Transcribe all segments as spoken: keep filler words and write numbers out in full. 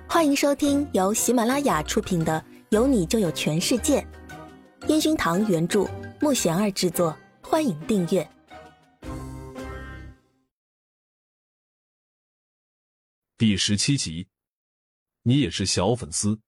欢迎收听由喜马拉雅出品的《有你就有全世界》，烟熏堂原著，木贤儿制作，欢迎订阅。 第十七集，你也是小粉丝。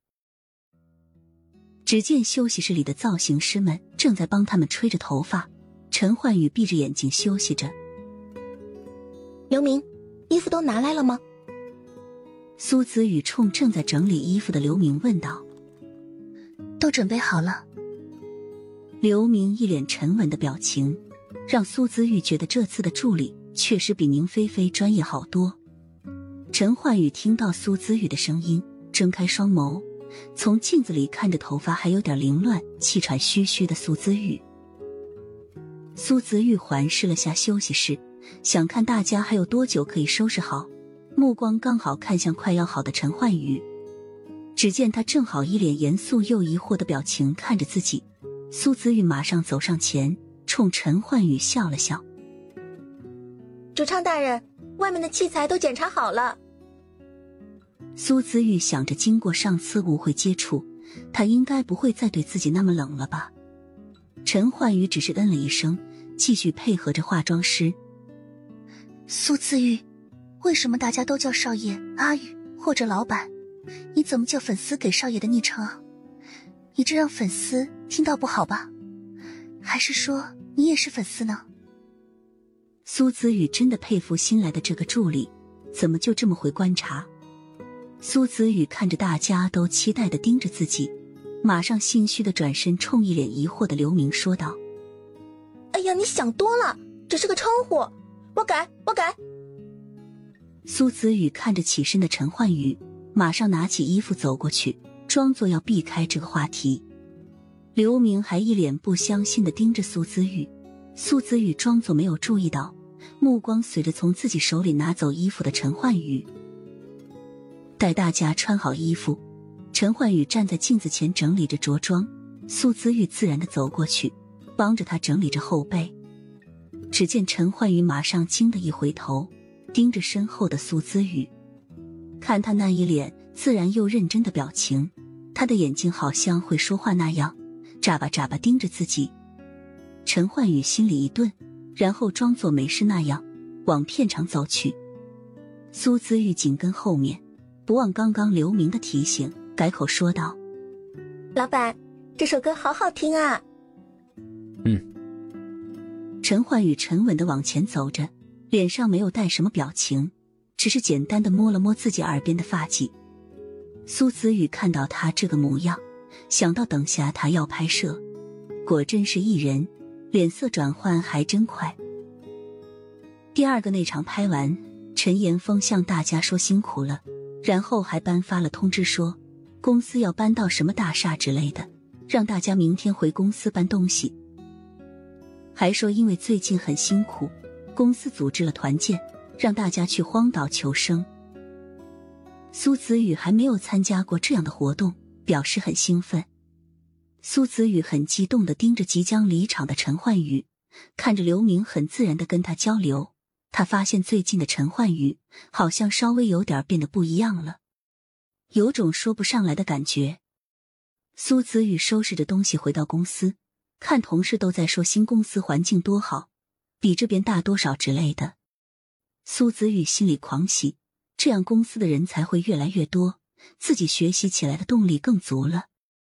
只见休息室里的造型师们正在帮他们吹着头发，陈焕宇闭着眼睛休息着。 刘明，衣服都拿来了吗？ 苏子宇冲正在整理衣服的刘明问道。 都准备好了。 刘明一脸沉稳的表情，让苏子玉觉得这次的助理确实比宁菲菲专业好多。陈焕宇听到苏子玉的声音，睁开双眸，从镜子里看着头发还有点凌乱、气喘吁吁的苏子玉。苏子玉环视了下休息室，想看大家还有多久可以收拾好，目光刚好看向快要好的陈焕宇。只见他正好一脸严肃又疑惑的表情看着自己，苏子玉马上走上前，冲陈焕宇笑了笑。 主唱大人，外面的器材都检查好了。 苏子玉想着，经过上次误会接触，他应该不会再对自己那么冷了吧。陈焕宇只是嗯了一声，继续配合着化妆师。 苏子玉，为什么大家都叫少爷、阿宇或者老板？你怎么叫粉丝给少爷的昵称啊？你这让粉丝听到不好吧？还是说你也是粉丝呢？ 苏子宇真的佩服新来的这个助理，怎么就这么会观察。苏子宇看着大家都期待地盯着自己，马上心虚地转身冲一脸疑惑的刘明说道： 哎呀，你想多了，只是个称呼，我改我改。 苏子宇看着起身的陈焕宇，马上拿起衣服走过去，装作要避开这个话题。刘明还一脸不相信地盯着苏子宇，苏子宇装作没有注意到，目光随着从自己手里拿走衣服的陈焕宇。待大家穿好衣服，陈焕宇站在镜子前整理着着装，苏子玉自然地走过去，帮着他整理着后背。只见陈焕宇马上惊得一回头，盯着身后的苏子玉，看他那一脸自然又认真的表情，他的眼睛好像会说话那样，眨巴眨巴盯着自己。陈焕宇心里一顿，然后装作没事那样往片场走去。苏子玉紧跟后面，不忘刚刚刘明的提醒，改口说道： 老板，这首歌好好听啊。 嗯。 陈焕宇沉稳地往前走着，脸上没有带什么表情，只是简单地摸了摸自己耳边的发髻。苏子宇看到他这个模样，想到等下他要拍摄，果真是艺人，脸色转换还真快。第二个内场拍完，陈岩峰向大家说辛苦了，然后还颁发了通知说公司要搬到什么大厦之类的，让大家明天回公司搬东西。还说因为最近很辛苦，公司组织了团建，让大家去荒岛求生。苏子宇还没有参加过这样的活动，表示很兴奋。苏子宇很激动地盯着即将离场的陈焕宇，看着刘明很自然地跟他交流，他发现最近的陈焕宇好像稍微有点变得不一样了，有种说不上来的感觉。苏子宇收拾着东西回到公司，看同事都在说新公司环境多好，比这边大多少之类的。苏子宇心里狂喜，这样公司的人才会越来越多，自己学习起来的动力更足了。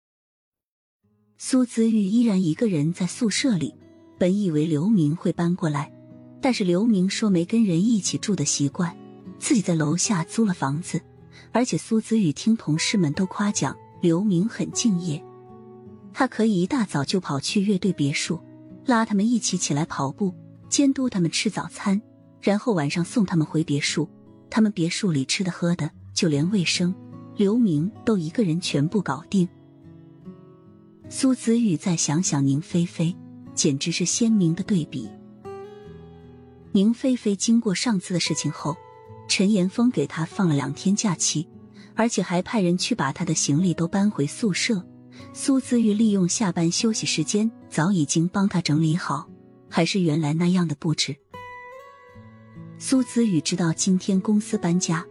苏子玉依然一个人在宿舍里，本以为刘明会搬过来，但是刘明说没跟人一起住的习惯，自己在楼下租了房子，而且苏子玉听同事们都夸奖刘明很敬业，他可以一大早就跑去乐队别墅，拉他们一起起来跑步，监督他们吃早餐，然后晚上送他们回别墅。他们别墅里吃的喝的，就连卫生，刘明都一个人全部搞定。苏子玉再想想宁菲菲，简直是鲜明的对比。宁菲菲经过上次的事情后，陈岩峰给她放了两天假期，而且还派人去把她的行李都搬回宿舍。苏子玉利用下班休息时间，早已经帮她整理好，还是原来那样的布置。苏子宇知道今天公司搬家，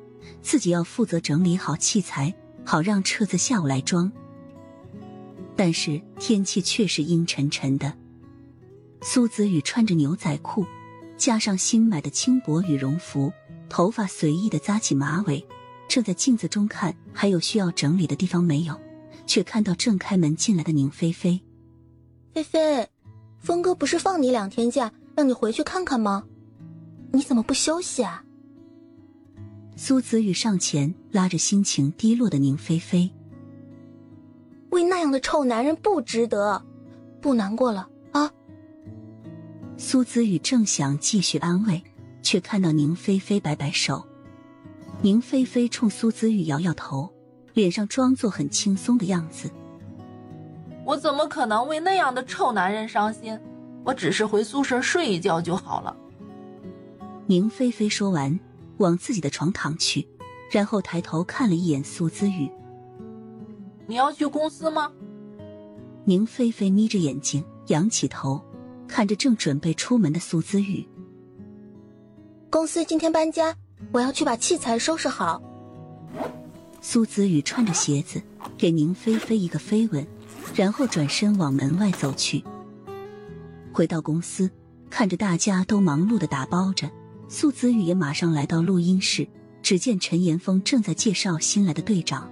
自己要负责整理好器材，好让车子下午来装。但是天气却是阴沉沉的。苏子宇穿着牛仔裤，加上新买的轻薄羽绒服，头发随意地扎起马尾，正在镜子中看还有需要整理的地方没有，却看到正开门进来的宁菲菲。 菲菲，峰哥不是放你两天假，让你回去看看吗？你怎么不休息啊？ 苏子宇上前拉着心情低落的宁菲菲。 为那样的臭男人不值得，不难过了啊。 苏子宇正想继续安慰，却看到宁菲菲摆摆手。宁菲菲冲苏子宇摇摇头，脸上装作很轻松的样子。 我怎么可能为那样的臭男人伤心？我只是回宿舍睡一觉就好了。 宁菲菲说完，往自己的床躺去，然后抬头看了一眼苏子宇。 你要去公司吗？ 宁菲菲眯着眼睛，仰起头，看着正准备出门的苏子宇。 公司今天搬家，我要去把器材收拾好。 苏子宇穿着鞋子，给宁菲菲一个飞吻，然后转身往门外走去。回到公司，看着大家都忙碌地打包着，苏子宇也马上来到录音室，只见陈岩峰正在介绍新来的队长。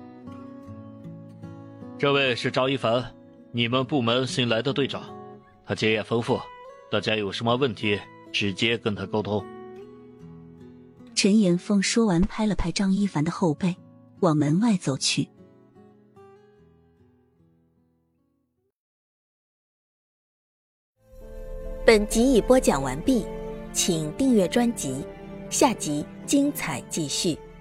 这位是赵一凡，你们部门新来的队长，他经验丰富，大家有什么问题直接跟他沟通。 陈岩峰说完，拍了拍张一凡的后背，往门外走去。 本集已播讲完毕，请订阅专辑，下集精彩继续。